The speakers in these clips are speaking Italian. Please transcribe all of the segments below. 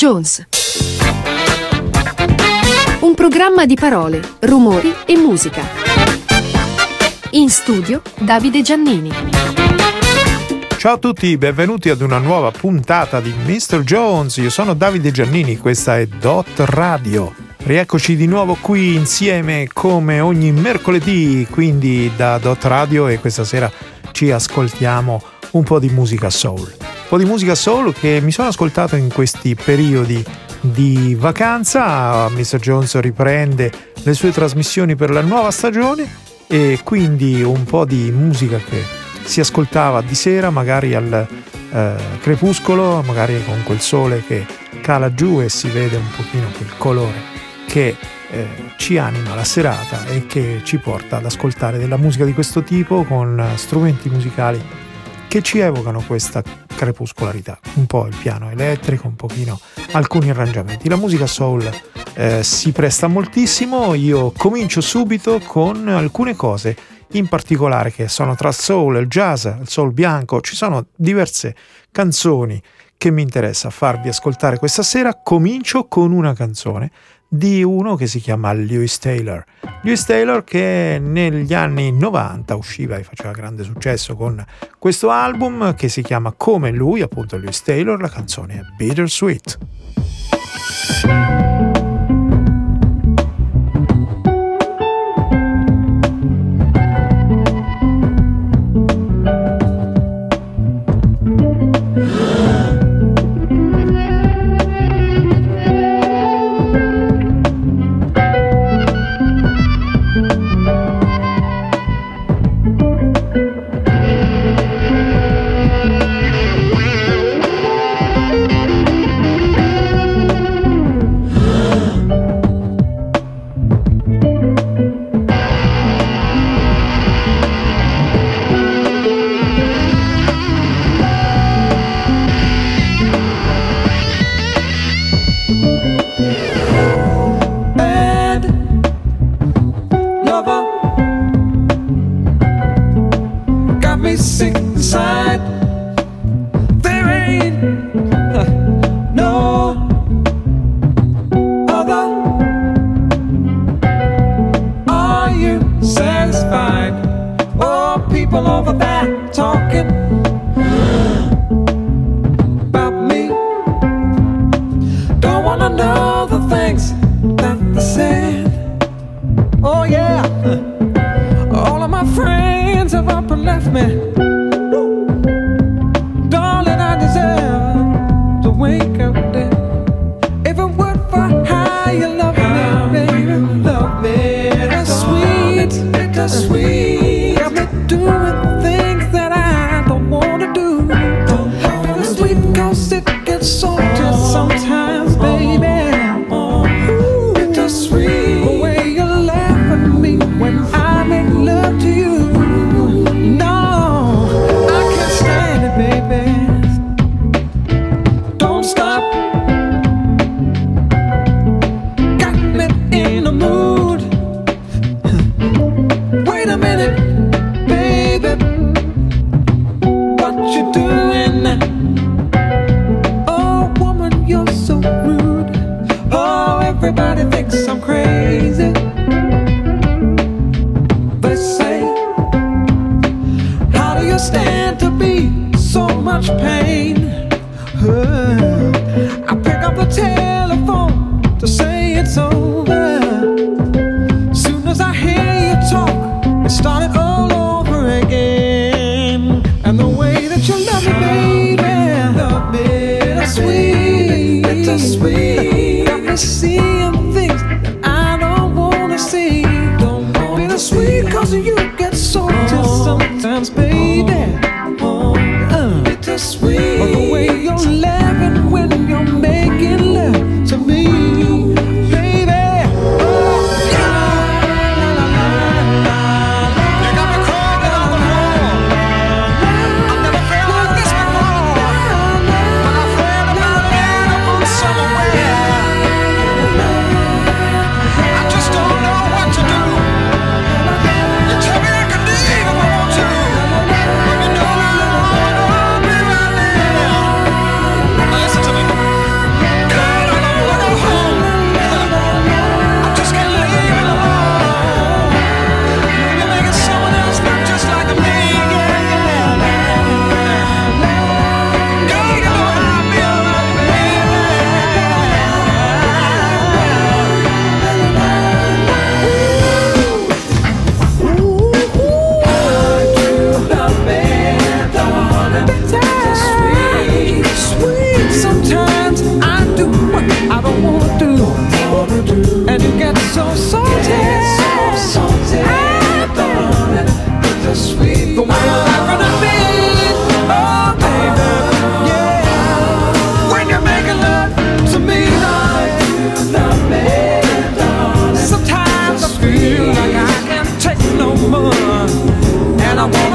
Jones. Un programma di parole, rumori e musica. In studio Davide Giannini. Ciao a tutti, benvenuti ad una nuova puntata di Mr. Jones. Io sono Davide Giannini, questa è Dot Radio. Rieccoci di nuovo qui insieme come ogni mercoledì, quindi da Dot Radio, e questa sera ci ascoltiamo un po' di musica soul. Un po' di musica soul che mi sono ascoltato in questi periodi di vacanza. Mr. Jones riprende le sue trasmissioni per la nuova stagione e quindi un po' di musica che si ascoltava di sera, magari al crepuscolo, magari con quel sole che cala giù e si vede un pochino quel colore che ci anima la serata e che ci porta ad ascoltare della musica di questo tipo con strumenti musicali che ci evocano questa crepuscolarità, un po' il piano elettrico, un pochino alcuni arrangiamenti. La musica soul si presta moltissimo. Io comincio subito con alcune cose in particolare che sono tra soul e il jazz, il soul bianco. Ci sono diverse canzoni che mi interessa farvi ascoltare questa sera. Comincio con una canzone di uno che si chiama Lewis Taylor. Lewis Taylor, che negli anni 90 usciva e faceva grande successo con questo album che si chiama come lui, appunto Lewis Taylor. La canzone è Bittersweet.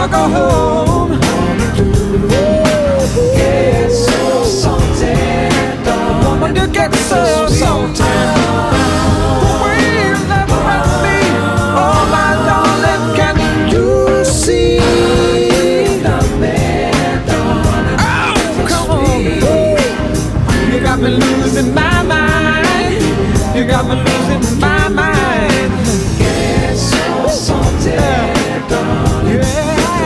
wanna go home. Get so salty, don't want to get so salty. The way you never left me, oh my darling, can you see? Oh, come on, you got me losing my mind. You got me losing my mind. Get so salty, darling. Yeah.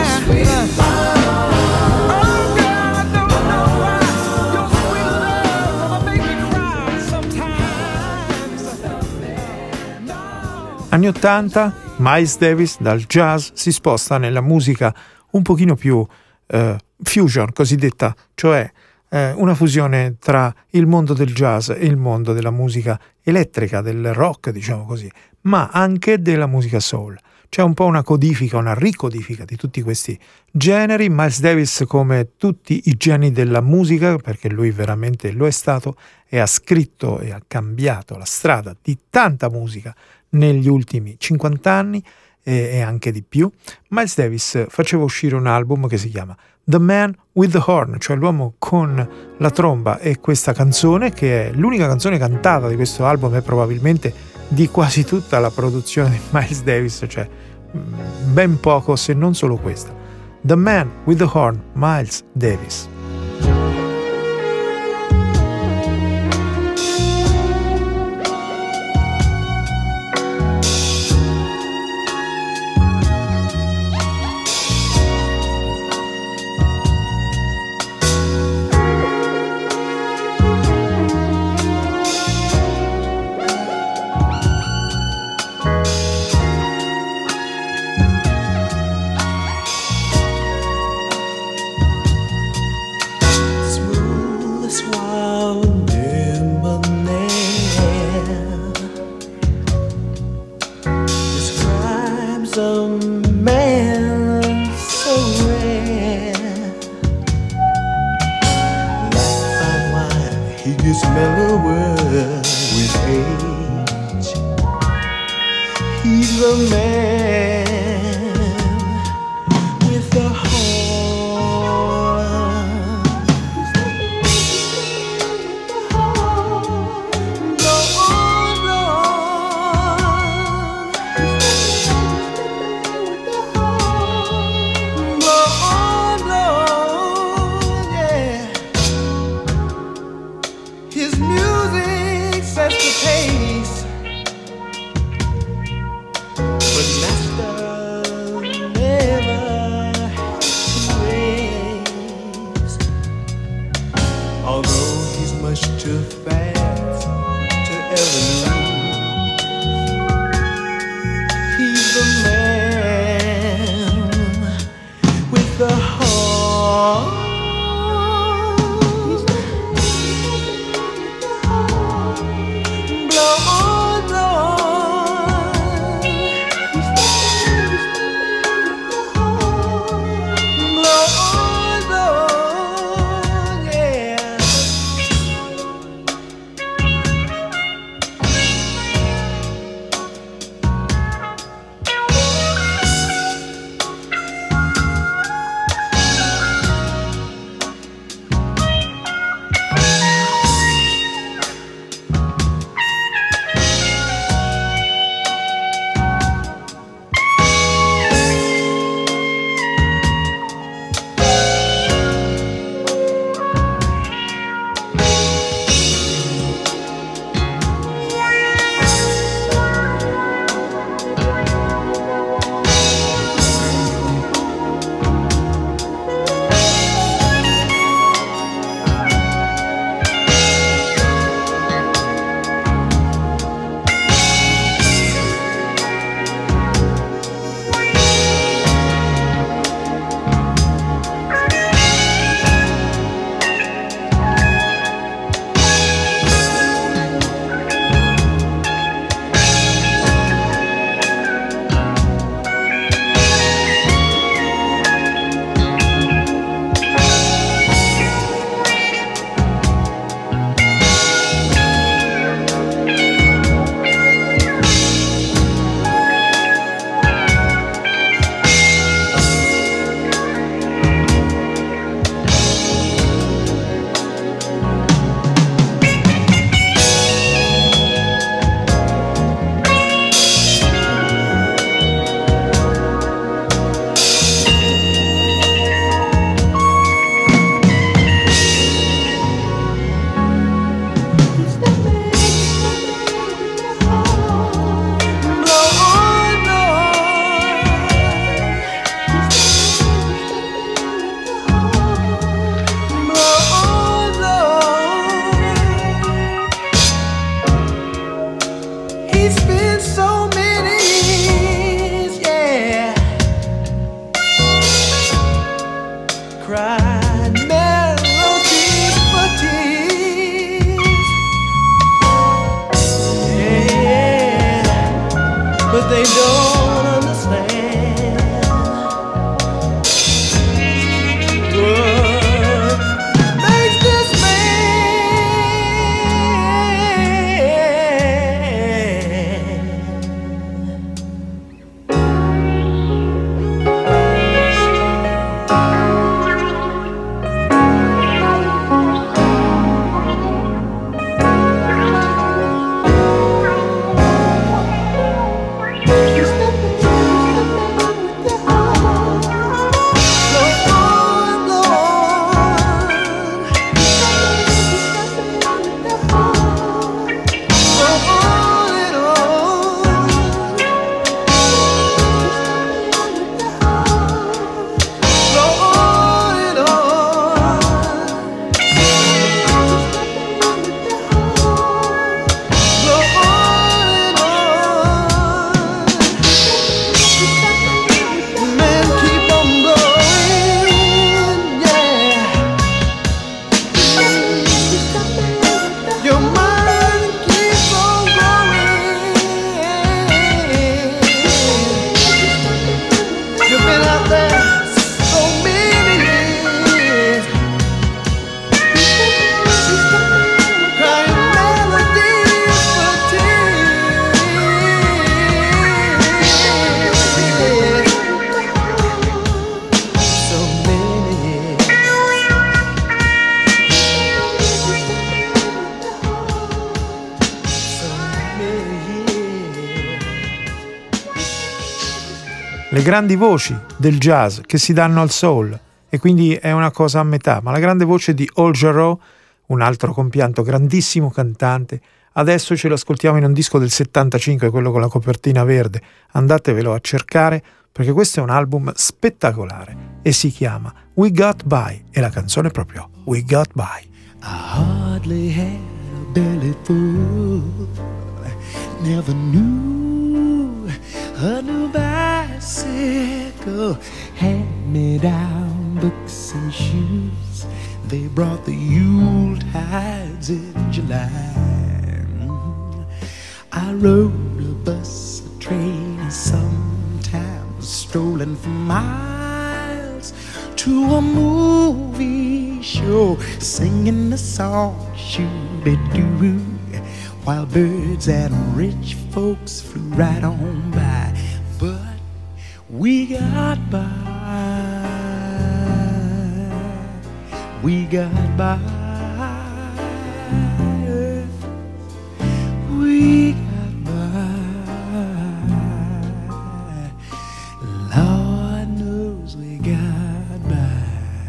Anni 80, Miles Davis dal jazz si sposta nella musica un pochino più fusion, cosiddetta, cioè una fusione tra il mondo del jazz e il mondo della musica elettrica, del rock, diciamo così, ma anche della musica soul. C'è un po' una codifica, una ricodifica di tutti questi generi. Miles Davis, come tutti i geni della musica, perché lui veramente lo è stato, e ha scritto e ha cambiato la strada di tanta musica negli ultimi 50 anni e anche di più. Miles Davis faceva uscire un album che si chiama The Man with the Horn, cioè l'uomo con la tromba, e questa canzone, che è l'unica canzone cantata di questo album e probabilmente di quasi tutta la produzione di Miles Davis, cioè ben poco se non solo questa. The Man with the Horn, Miles Davis. But master grandi voci del jazz che si danno al soul, e quindi è una cosa a metà, ma la grande voce di Al Jarreau, un altro compianto grandissimo cantante, adesso ce lo ascoltiamo in un disco del 75, quello con la copertina verde, andatevelo a cercare perché questo è un album spettacolare e si chiama We Got By, e la canzone è proprio We Got By. I hardly had a belly full, never knew a new bicycle, hand-me-down books and shoes. They brought the Yuletides in July. I rode a bus, a train, and sometimes strolling for miles to a movie show, singing the song shoo-be-doo, while birds and rich folks flew right on by. But we got by, we got by, we got by. Lord knows we got by.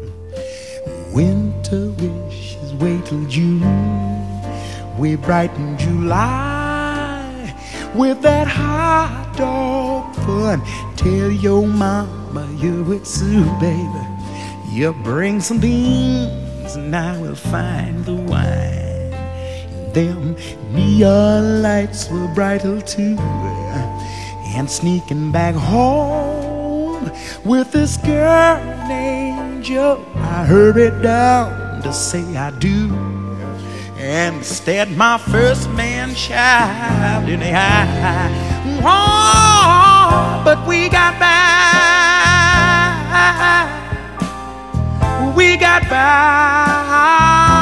Winter wishes wait till June. We brighten July with that hot dog fun. Tell your mama you're with Sue, baby. You bring some beans and I will find the wine. Them neon lights were brighter too. And sneaking back home with this girl named Jo, I hurried down to say I do. And instead my first man child in the eye. Oh, but we got by, we got by.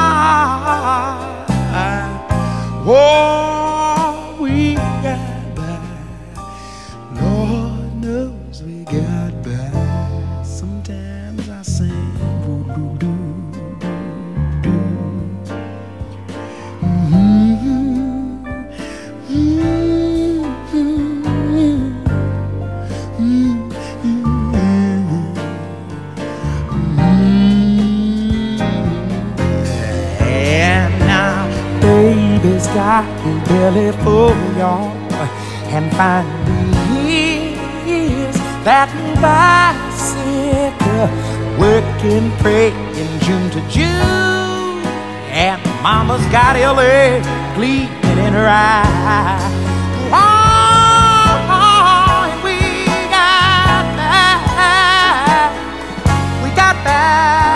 Oh, we got by. Lord knows we got by. Sometimes I sing got his belly full, y'all, and finally is that bicycle working, praying June to June, and mama's got LA gleaming in her eye. Oh, and we got that, we got that.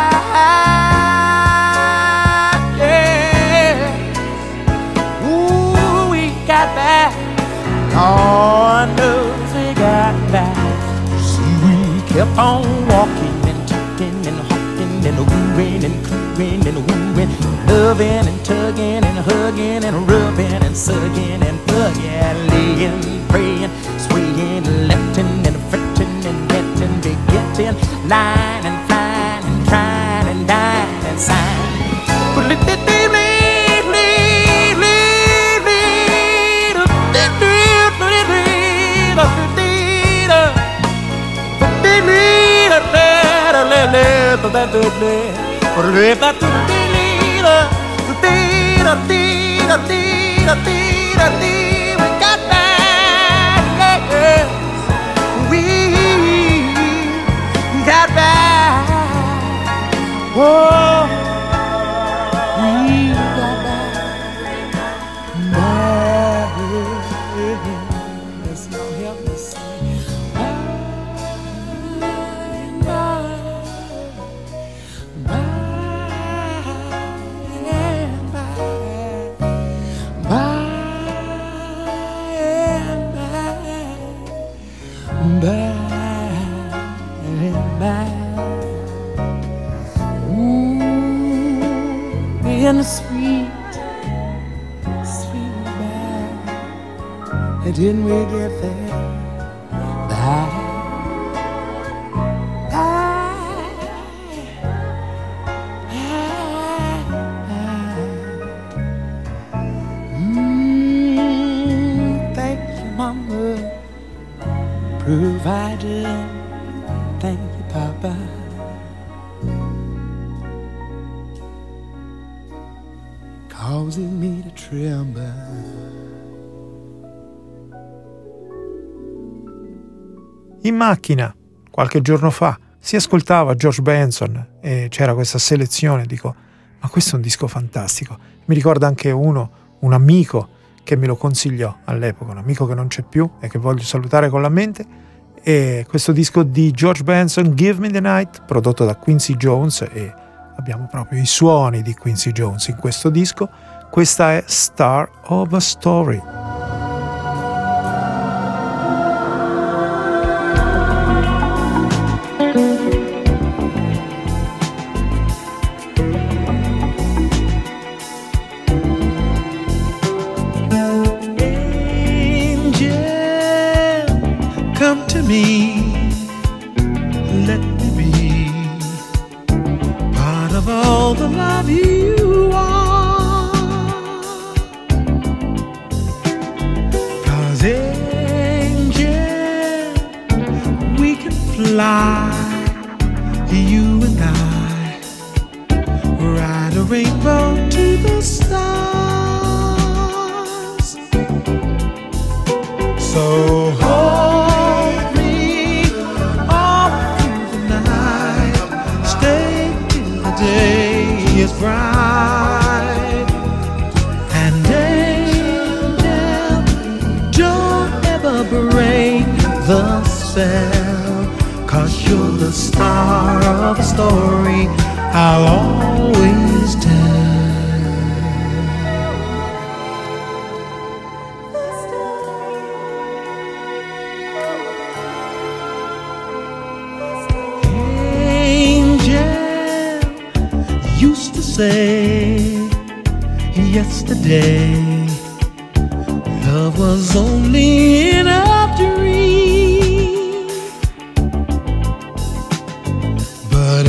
Lord knows we got that. See, we kept on walking and talking and hawking and wooing and cooing and wooing, loving and tugging and hugging and rubbing and sugging and plugging, laying, praying, swaying, lifting and fretting and getting, begetting, lying and flying and trying and dying and sighing. We got back. Oh, we got back. Let's all help me sing. In the sweet, sweet by, didn't we get there? By, thank you, Mama. Prove if I do. Thank you, Papa. Causing me to tremble. In macchina, qualche giorno fa, si ascoltava George Benson e c'era questa selezione, dico, ma questo è un disco fantastico. Mi ricorda anche un amico che me lo consigliò all'epoca, un amico che non c'è più e che voglio salutare con la mente, e questo disco di George Benson, Give Me the Night, prodotto da Quincy Jones, e abbiamo proprio i suoni di Quincy Jones in questo disco. Questa è Star of a Story. Let me be part of all the love you are. 'Cause angel, we can fly, you and I, ride a rainbow to the stars. So hold me all through the night, stay till the day is bright. And angel, don't ever break the spell, 'cause you're the star of the story I'll always tell. Say yesterday love was only in a dream, but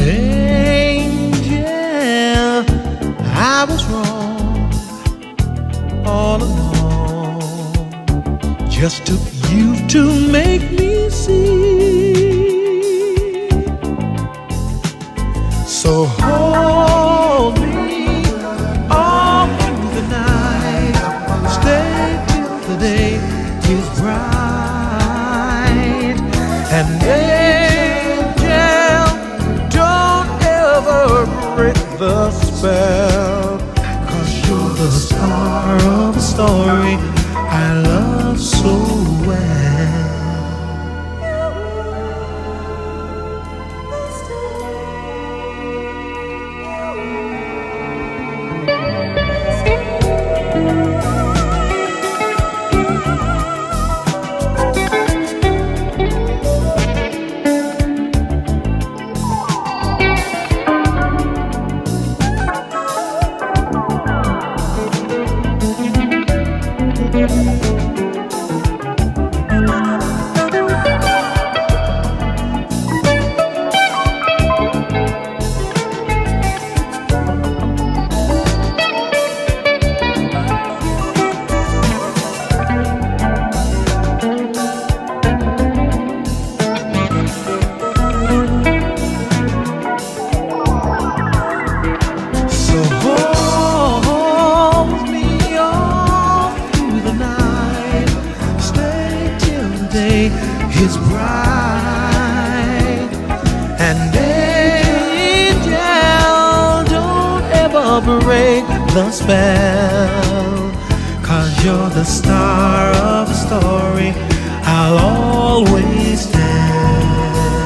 angel, I was wrong all along. Just took you to make me see. So hold me all through the night, stay till the day is bright. And angel, don't ever break the spell, 'cause you're the star of a story I love so well. Is bright. And angel, don't ever break the spell, 'cause you're the star of the story I'll always tell.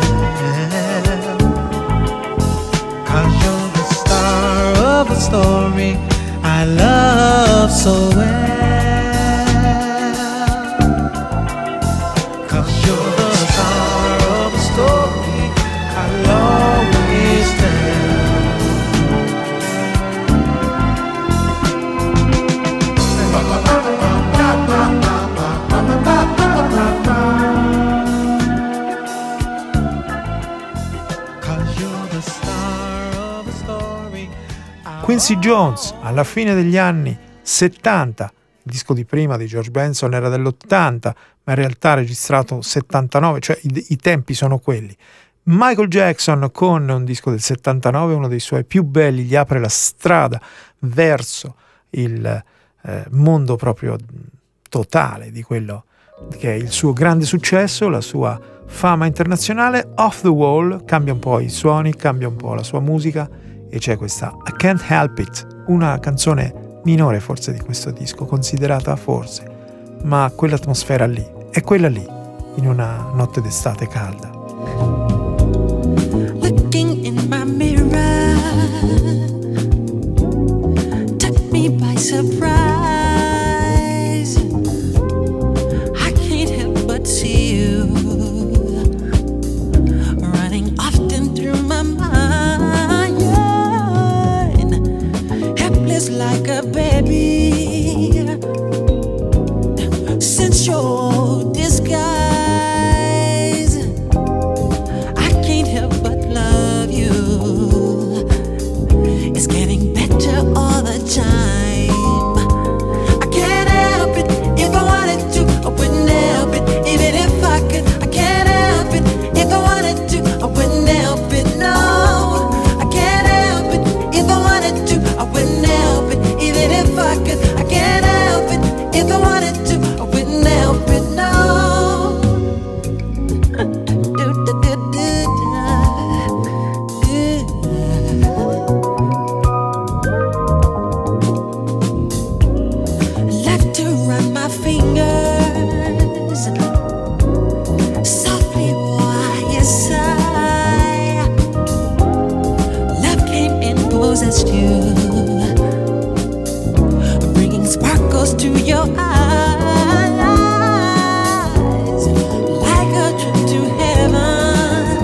'Cause you're the star of the story I love so well. Quincy Jones, alla fine degli anni 70, il disco di prima di George Benson era dell'80, ma in realtà registrato 79, cioè i tempi sono quelli. Michael Jackson con un disco del 79, uno dei suoi più belli, gli apre la strada verso il mondo proprio totale di quello che è il suo grande successo, la sua fama internazionale. Off the Wall cambia un po' i suoni, cambia un po' la sua musica e c'è questa I Can't Help It, una canzone minore forse di questo disco, considerata forse, ma quell'atmosfera lì è quella lì in una notte d'estate calda. Looking in my mirror took me by surprise. I can't help but see you running often through my mind, helpless like a baby, since your disguise. I can't help but love you. It's getting better all the time. I can't help it if I wanted to. I wouldn't help it even if I could. I can't help it if I wanted to. I wouldn't help it, no. I can't help it if I wanted to. I wouldn't help it even if I could. I can't help it if I wanted to. I wouldn't help it, no. Left to run my fingers softly while you sigh. Love came and possessed you, bringing sparkles to your eyes, like a trip to heaven.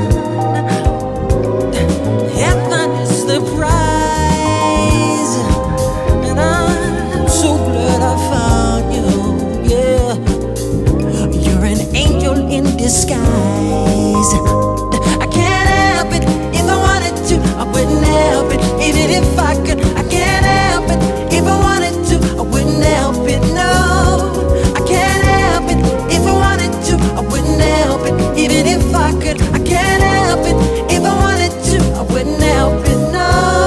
Heaven is the prize, and I'm so glad I found you. Yeah, you're an angel in disguise. I can't help it if I wanted to. I wouldn't help it even if I could. I can't help it if I wanted to. I wouldn't help it, no. I can't help it if I wanted to. I wouldn't help it even if I could. I can't help it if I wanted to. I wouldn't help it, no.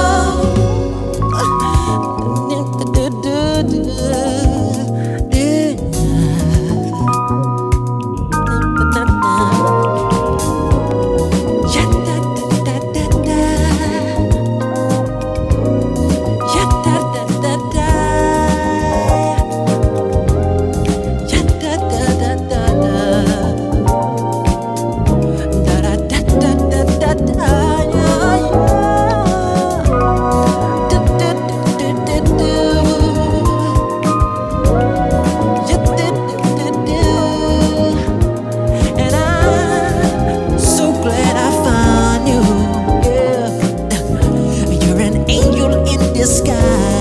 And I'm so glad I found you. Yeah, you're an angel in disguise.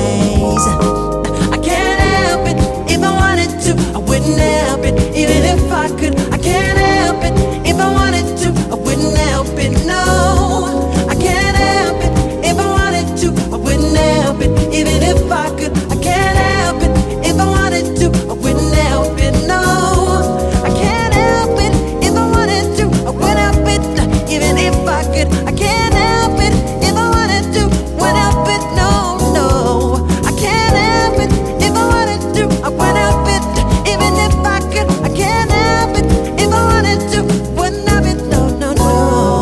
I can't help it if I wanted to. I wouldn't help it even if I could. I can't help it if I wanted to. I wouldn't help it, no. I can't help it if I wanted to. I wouldn't help it even if I could. I can't help it if I wanted to. I wouldn't help it, no. I can't help it if I wanted to. I wouldn't help it even if I could. I can't help it if I wanted to. Wouldn't help it, no, no. I can't help it if I wanted to. I wouldn't help it even if I could. I can't help it if I wanted to. Wouldn't help it, no, no, no.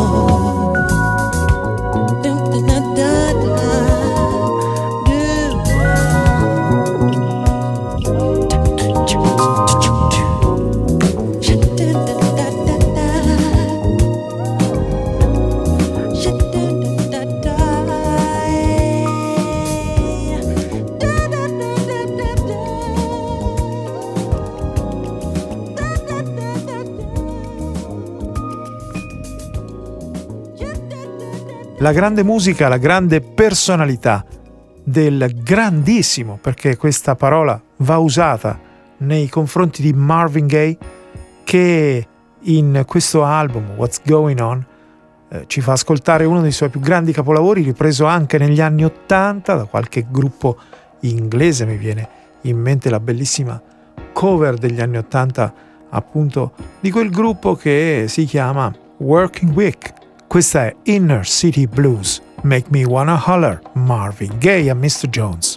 La grande musica, la grande personalità del grandissimo, perché questa parola va usata nei confronti di Marvin Gaye, che in questo album What's Going On ci fa ascoltare uno dei suoi più grandi capolavori, ripreso anche negli anni '80 da qualche gruppo inglese, mi viene in mente la bellissima cover degli anni '80 appunto di quel gruppo che si chiama Working Week. Questa è Inner City Blues, Make Me Wanna Holler, Marvin Gaye e Mr. Jones.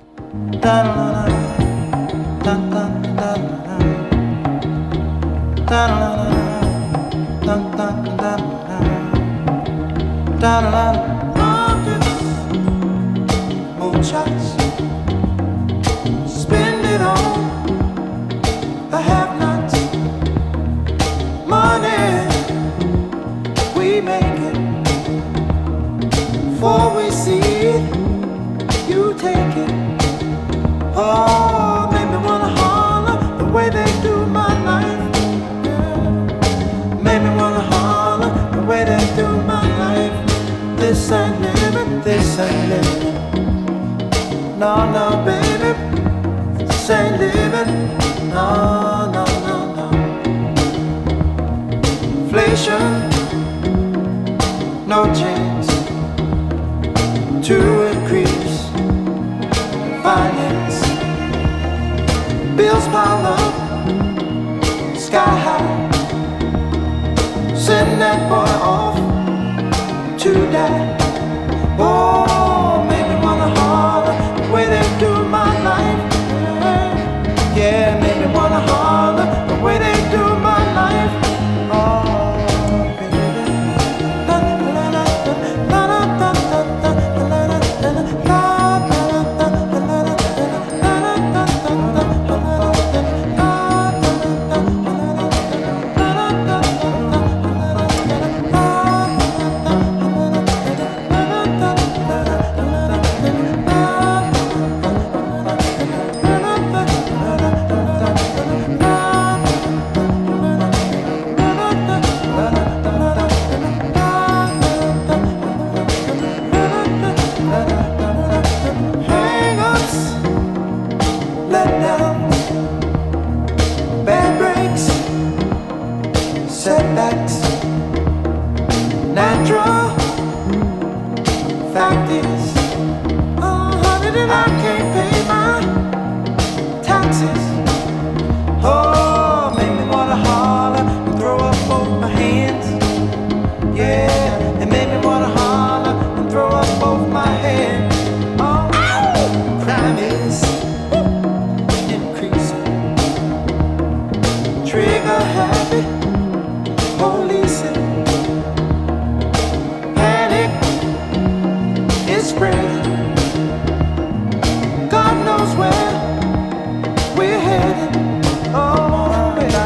Shots, spend it on the have-nots. Money, we make it before we see it. You take it. Oh, make me wanna holler the way they do my life. Yeah. Make me wanna holler the way they do my life. This ain't living, this ain't living. No, no, baby, this ain't living. No, no, no, no. Inflation, no chance to increase finance. Bills pile up, sky high. Send that boy off to die. Oh, make me wanna holler the way they do my life. Yeah, make me wanna holler the way they do my life. Oh, baby. Setbacks, natural. Fact is, oh, honey, that I can't pay my taxes. Oh, make me wanna holler and throw up both my hands. Yeah, and make me wanna holler and throw up both my hands. Oh, crime is increasing. Trigger happy. Policing, panic is spreading. God knows where we're headed. Oh, and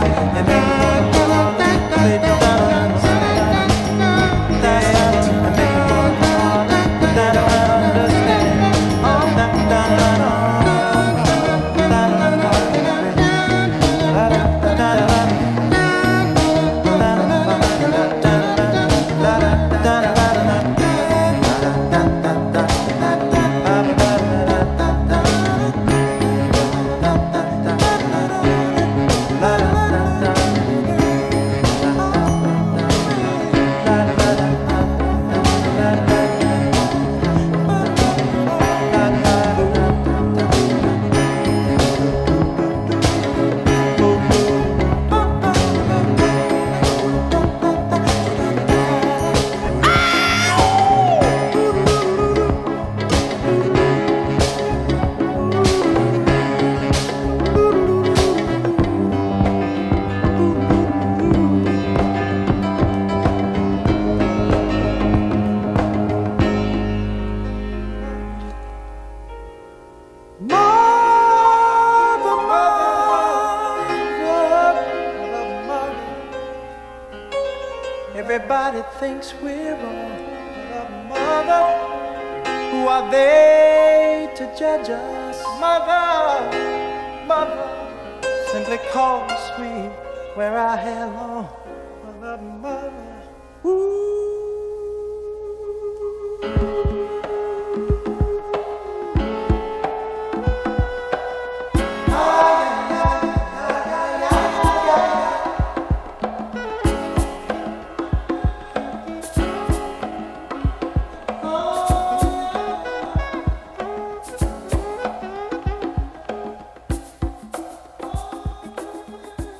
everybody thinks we're wrong. Mother, who are they to judge us? Mother, mother, simply cause we wear our hair long. Mother, mother, ooh.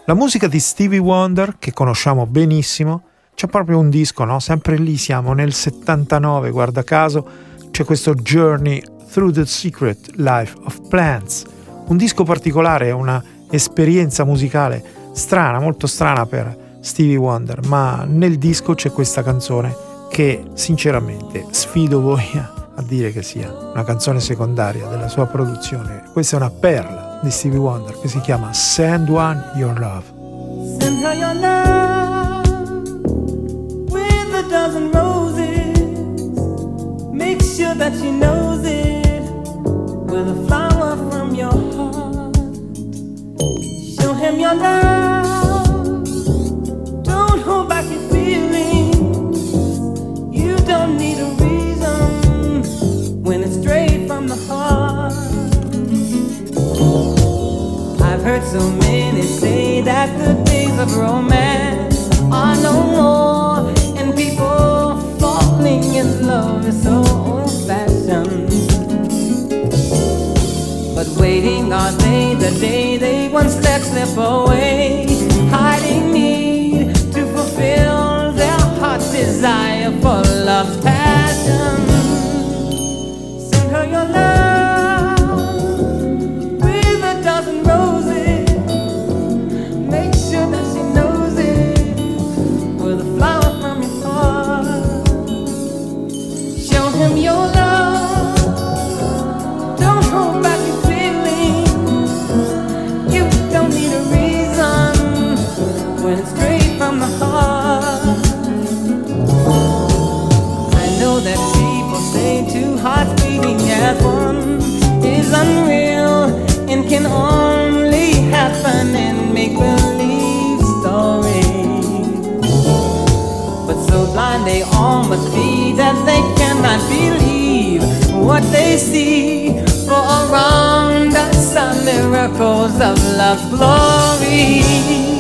La musica di Stevie Wonder, che conosciamo benissimo, c'è proprio un disco, no? Sempre lì siamo nel 79, guarda caso, c'è questo Journey Through the Secret Life of Plants, un disco particolare, una esperienza musicale strana, molto strana per Stevie Wonder, ma nel disco c'è questa canzone che sinceramente sfido voi a dire che sia una canzone secondaria della sua produzione. Questa è una perla di Stevie Wonder che si chiama Send One Your Love. Send her your love with a dozen roses. Make sure that she knows it with a flower from your heart. Show him your love. Don't hold back your feelings. You don't need a reason when it's straight from the heart. I've heard so many say that the days of romance are no more, and people falling in love is so old-fashioned. But waiting are they the day they once let slip away, hiding need to fulfill their heart's desire for love's passion. Send her your love with a dozen roses. Make sure that she knows it with a flower from your heart. Show him your love. Don't hold back your feelings. You don't need a reason when it's straight from the heart. I know that people say two hearts beating as one is unreal and can only happen in make-believe stories. But so blind they all must be that they cannot believe what they see. For around us are miracles of love's glory.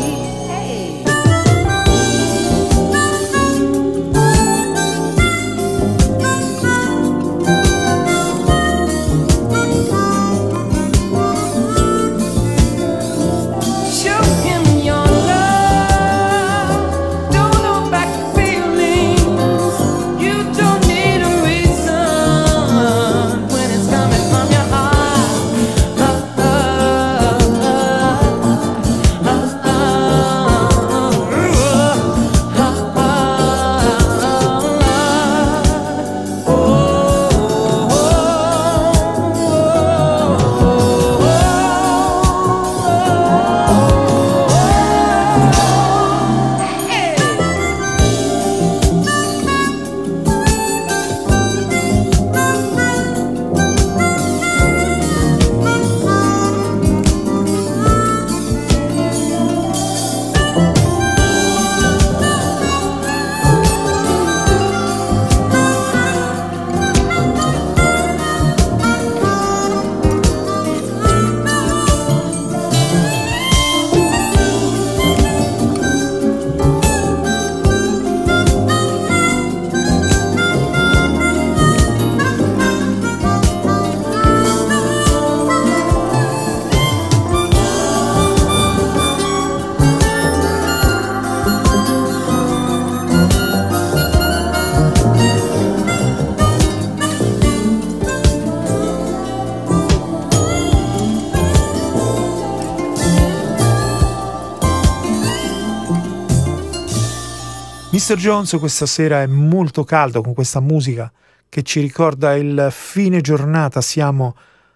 Mr. Jones questa sera è molto caldo con questa musica che ci ricorda il fine giornata, siamo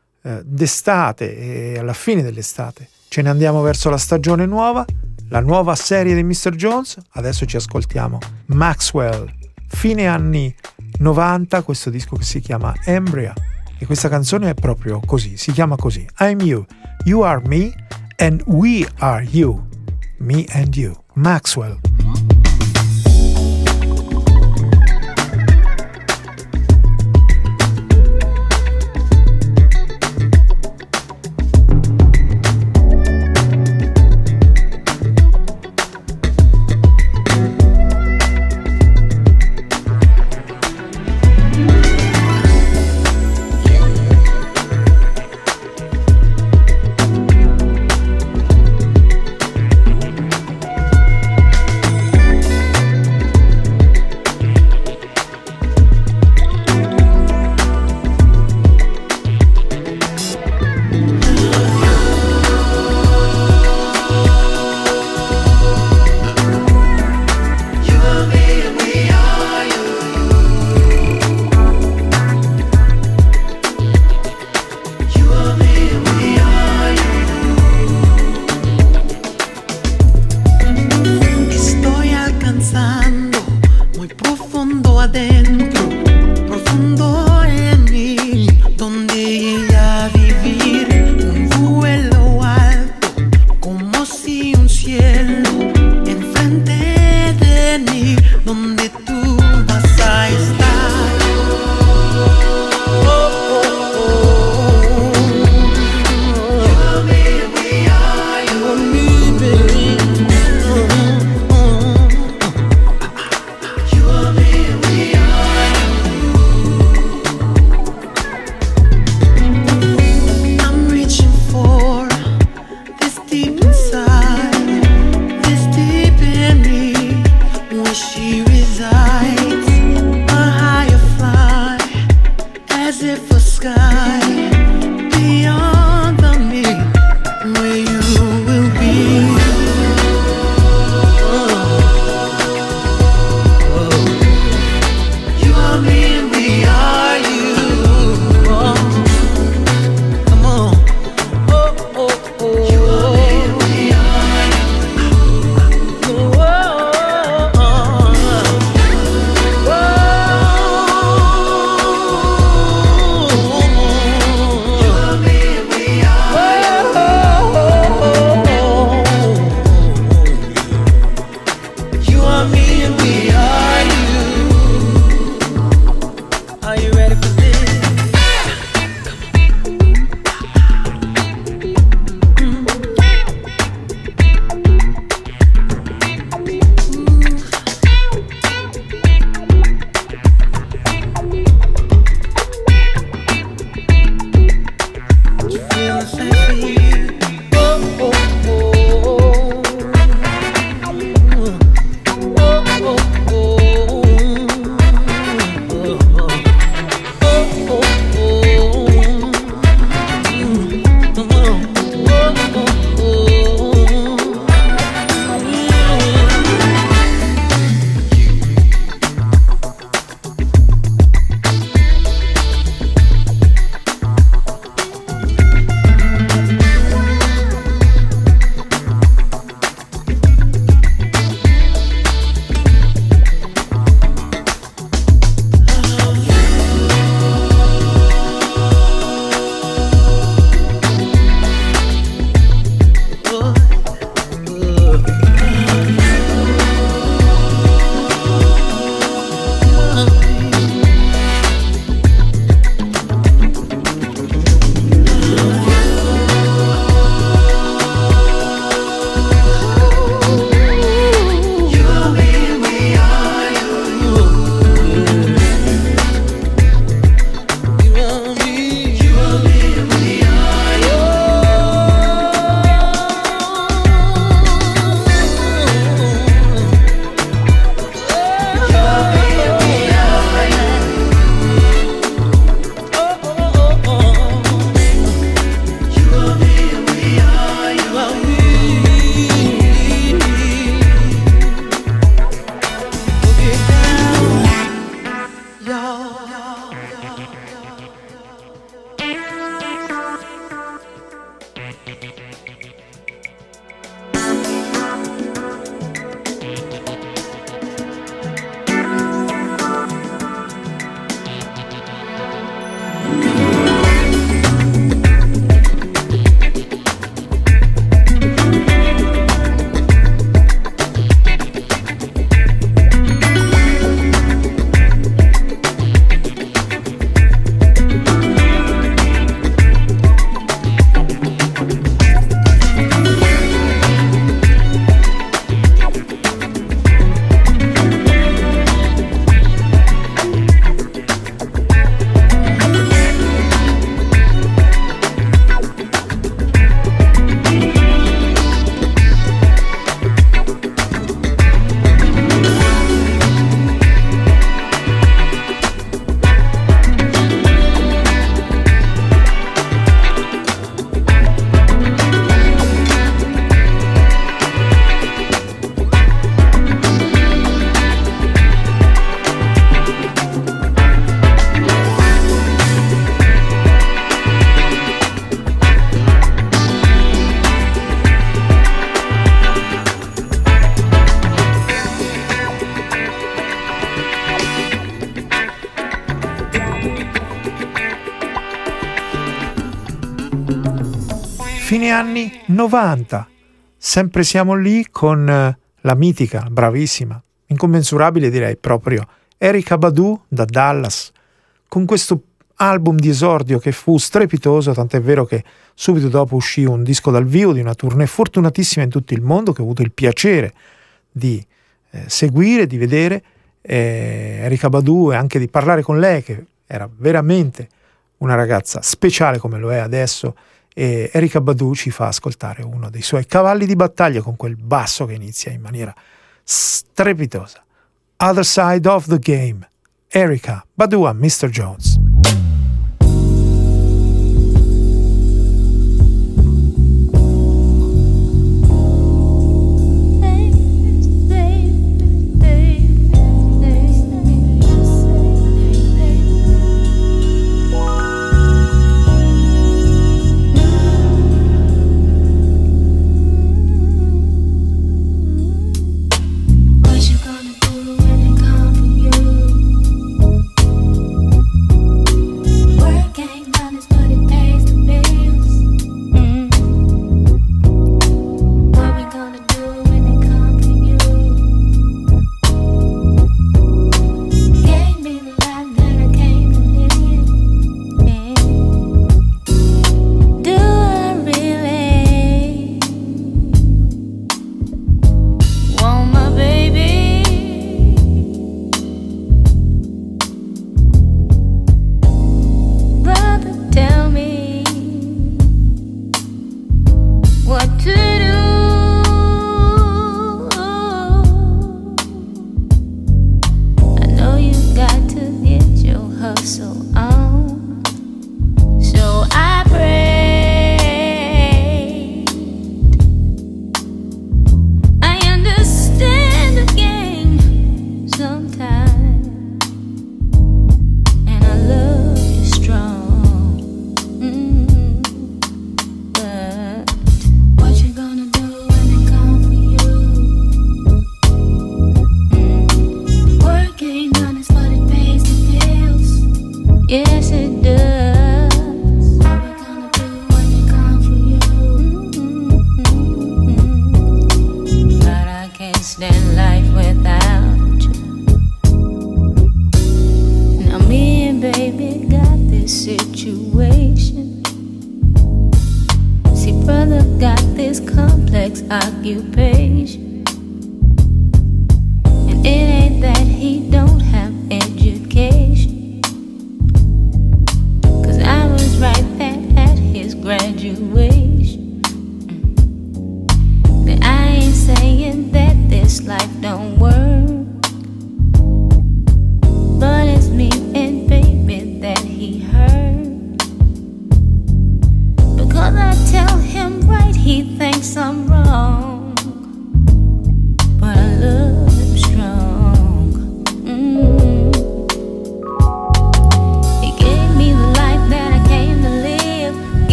d'estate e alla fine dell'estate ce ne andiamo verso la stagione nuova, la nuova serie di Mr. Jones. Adesso ci ascoltiamo Maxwell, fine anni 90, questo disco che si chiama Embrya, e questa canzone è proprio così, si chiama così: I'm you, you are me, and we are you, me and you. Maxwell. profundo adentro, profundo en mí, donde llegué a vivir un vuelo alto, como si un cielo enfrente de mí, donde tú vas a estar. fine anni 90. Sempre siamo lì con la mitica, bravissima, incommensurabile direi proprio, Erykah Badu da Dallas, con questo album di esordio che fu strepitoso, tant'è vero che subito dopo uscì un disco dal vivo di una tournée fortunatissima in tutto il mondo che ho avuto il piacere di seguire, di vedere. Erykah Badu e anche di parlare con lei, che era veramente una ragazza speciale come lo è adesso, e Erykah Badu ci fa ascoltare uno dei suoi cavalli di battaglia con quel basso che inizia in maniera strepitosa. Other Side of the Game, Erykah Badu a Mr. Jones.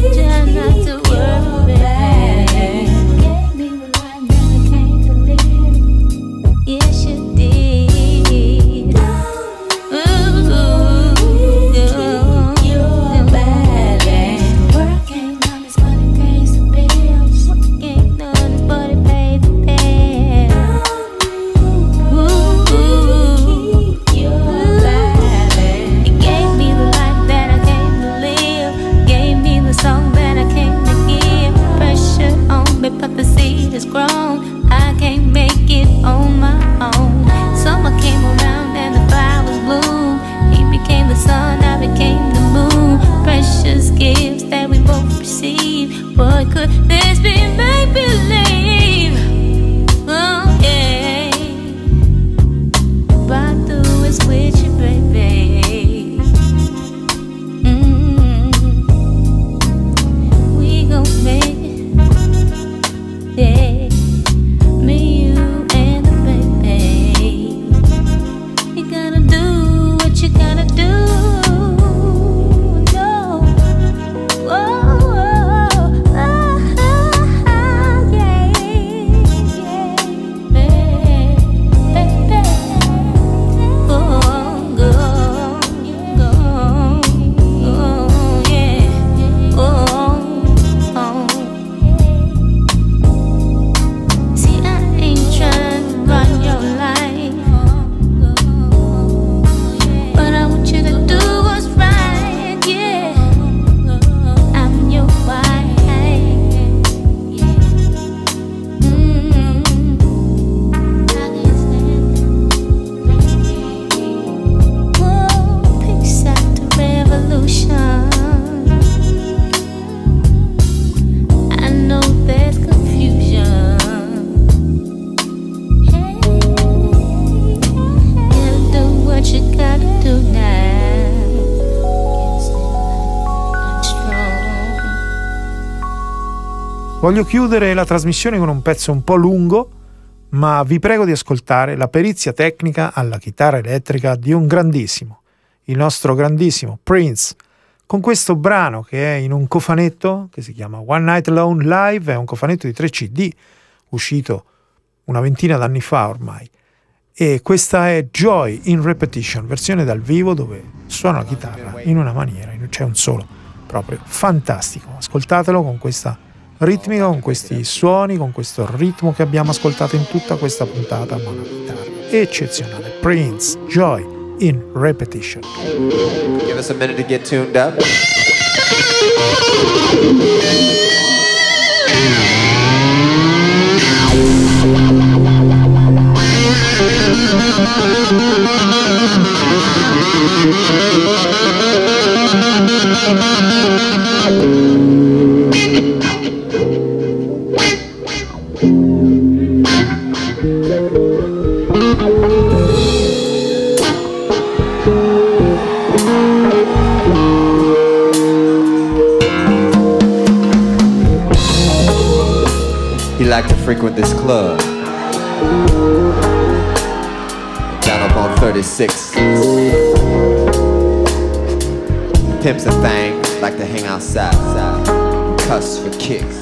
Live. make it on my own. Summer came around and the flowers bloomed. He became the sun, I became the moon. Precious gifts that we both received. What could this be? Make believe. Oh yeah. Right through is with you, baby. We gon' make it. Yeah. Me, you, and the baby. You gotta do what you gotta do. No. Whoa, whoa, yeah, yeah, baby. Oh, go, yeah. See, I ain't trying to run your life, but I want you to do what's right, yeah. I'm your wife, Whoa, peace out to revolution. I know there's confusion. Gotta do what you gotta do now. Strong. Voglio chiudere la trasmissione con un pezzo un po' lungo, ma vi prego di ascoltare la perizia tecnica alla chitarra elettrica di un grandissimo, il nostro grandissimo Prince, con questo brano che è in un cofanetto che si chiama One Night Alone Live. È un cofanetto di 3 CD uscito una ventina d'anni fa ormai, e questa è Joy in Repetition, versione dal vivo dove suona la chitarra in una maniera, c'è un solo proprio fantastico. Ascoltatelo con questa ritmica, con questi suoni, con questo ritmo che abbiamo ascoltato in tutta questa puntata, ma una chitarra eccezionale. Prince, Joy in Repetition. Give us a minute to get tuned up. He liked to frequent this club down up on 36. Pimps and things like to hang outside, cuss for kicks.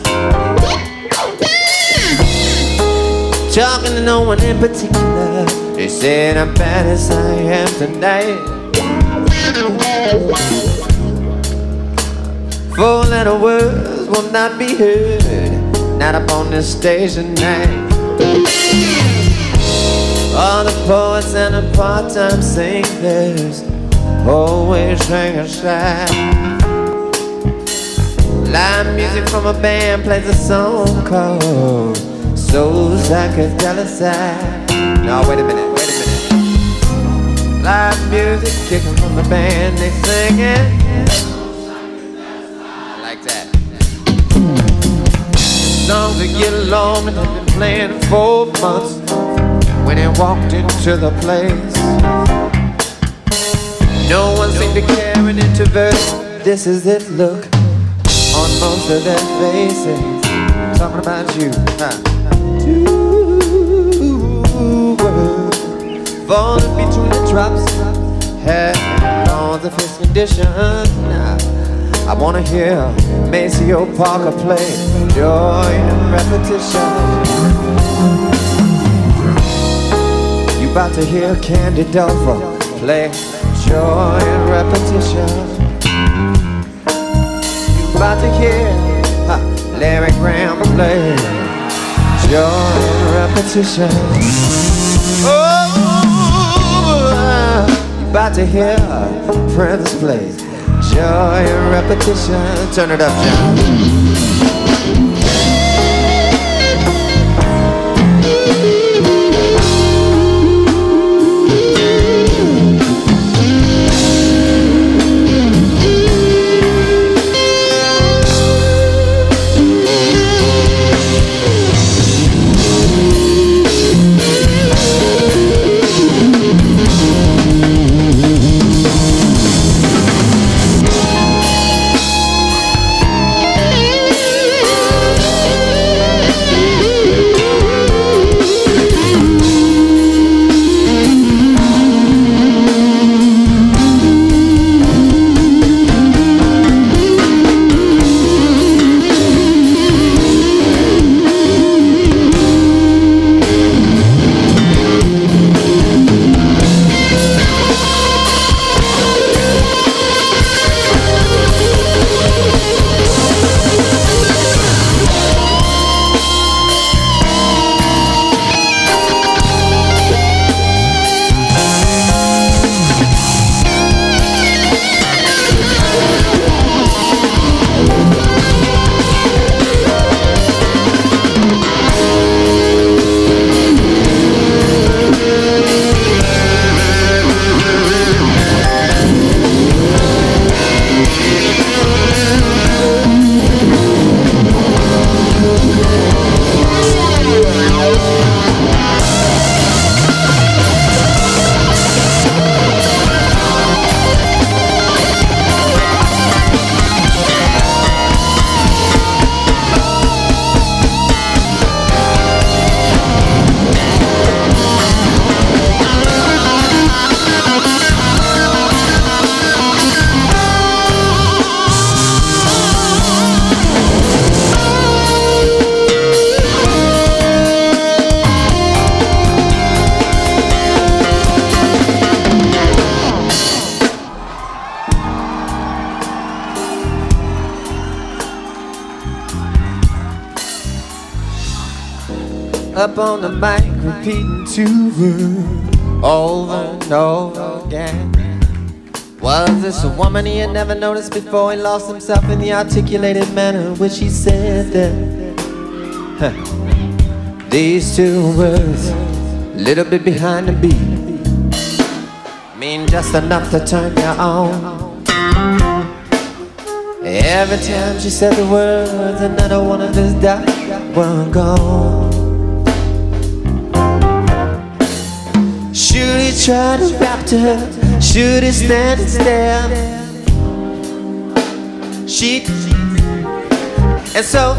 Talking to no one in particular, they said I'm bad as I am tonight. 4 little words will not be heard, not up on this stage tonight. All the poets and the part-time singers always hang aside. Live music from a band plays a song called So Psychedelic. No, wait a minute. Live music kicking from the band, they sing it like that. Songs that get along and they've been playing for months. When he walked into the place, no one seemed to care an introvert. This is it look on most of their faces. Talking about you, falling between the drops, head on the fifth condition. I wanna hear Maceo Parker play Joy in Repetition. You about to hear Candy Dulfer play Joy in Repetition. You about to hear Larry Graham play Joy in Repetition. Oh, you about to hear Prince play Joy in Repetition. Turn it up, John. up on the mic, repeating two words over and over again. Was this a woman he had never noticed before? He lost himself in the articulated manner in which he said that. These two words, a little bit behind the beat, mean just enough to turn you on. Every time she said the words, another one of his doubts were gone. Should he try to rapture her? Should he stand and stare? And so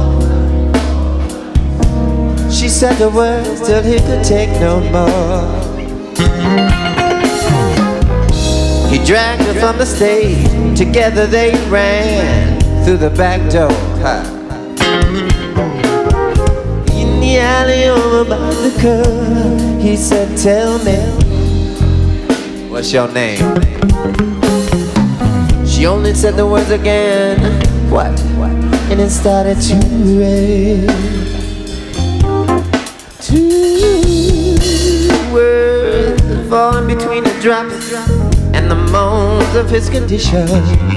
she said the words till he could take no more. He dragged her from the stage. Together they ran through the back door. In the alley over by the curb, he said, tell me, what's your name? She only said the words again, what? And it started to rain. Two words falling between the drops and the moans of his condition.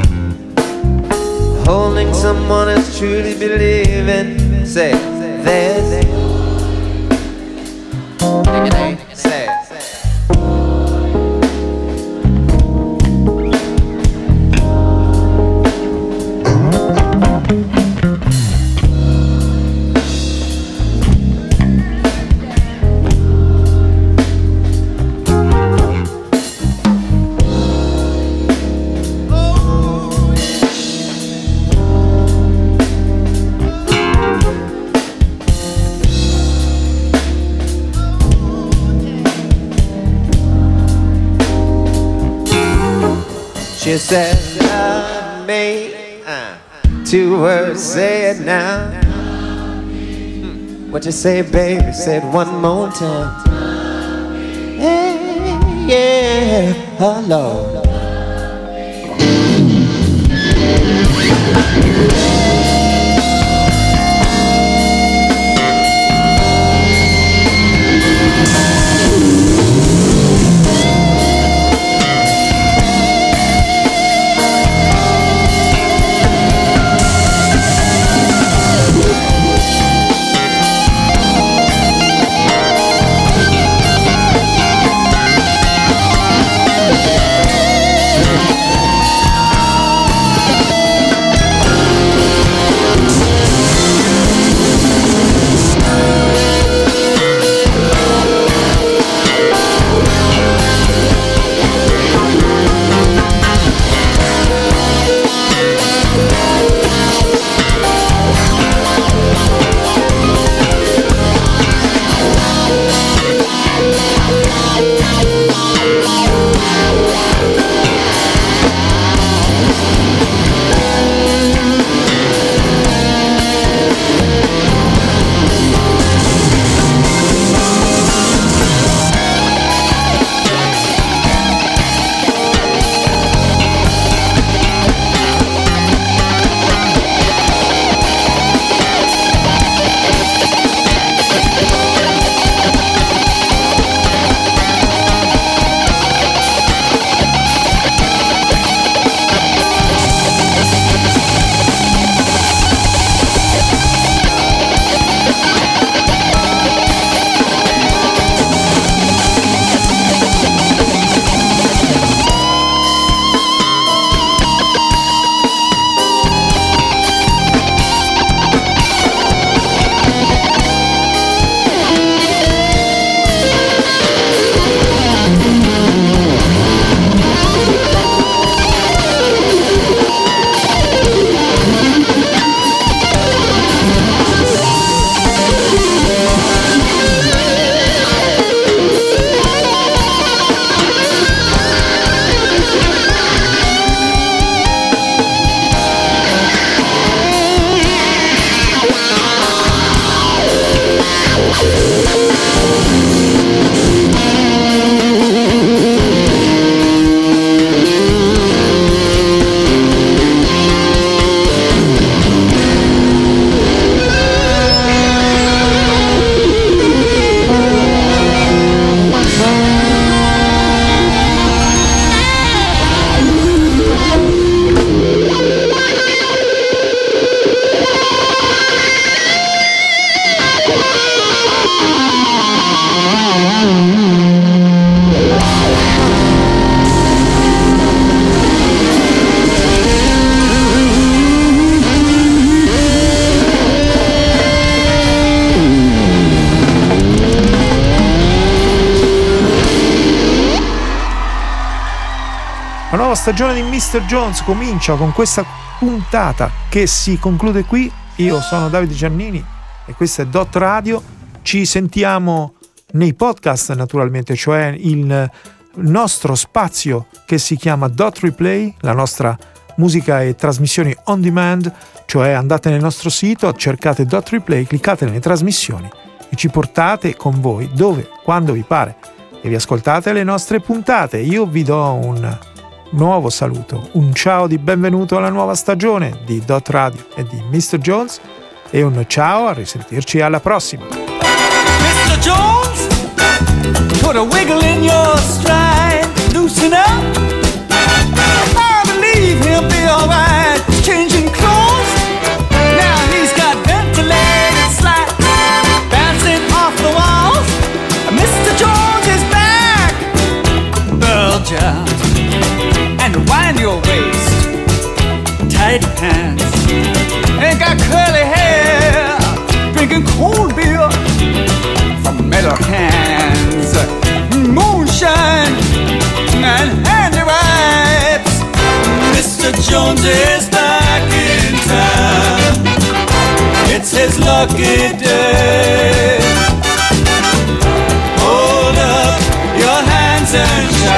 Holding someone else truly believing. Say, there's say it. She said, love me. Two words, say it now. What you say, baby? Say it one more time. Hey, yeah, hello. La nuova stagione di Mr. Jones comincia con questa puntata che si conclude qui. Io sono Davide Giannini e questa è Dot Radio. Ci sentiamo nei podcast naturalmente, cioè il nostro spazio che si chiama Dot Replay, la nostra musica e trasmissioni on demand, cioè andate nel nostro sito, cercate Dot Replay, cliccate nelle trasmissioni e ci portate con voi dove, quando vi pare e vi ascoltate le nostre puntate. Io vi do un nuovo saluto, un ciao di benvenuto alla nuova stagione di Dot Radio e di Mr. Jones e un ciao, a risentirci alla prossima. Mr. Jones, put a wiggle in your stride, loosen up. I believe he'll be alright. Changing clothes, now he's got ventilated slats bouncing off the walls. Mr. Jones is back. Bulge out and wind your waist, tight pants, ain't got curly hair, drinking cold beer from metal cans, moonshine and handy wipes. Mr. Jones is back in town, it's his lucky day. Hold up your hands and shout.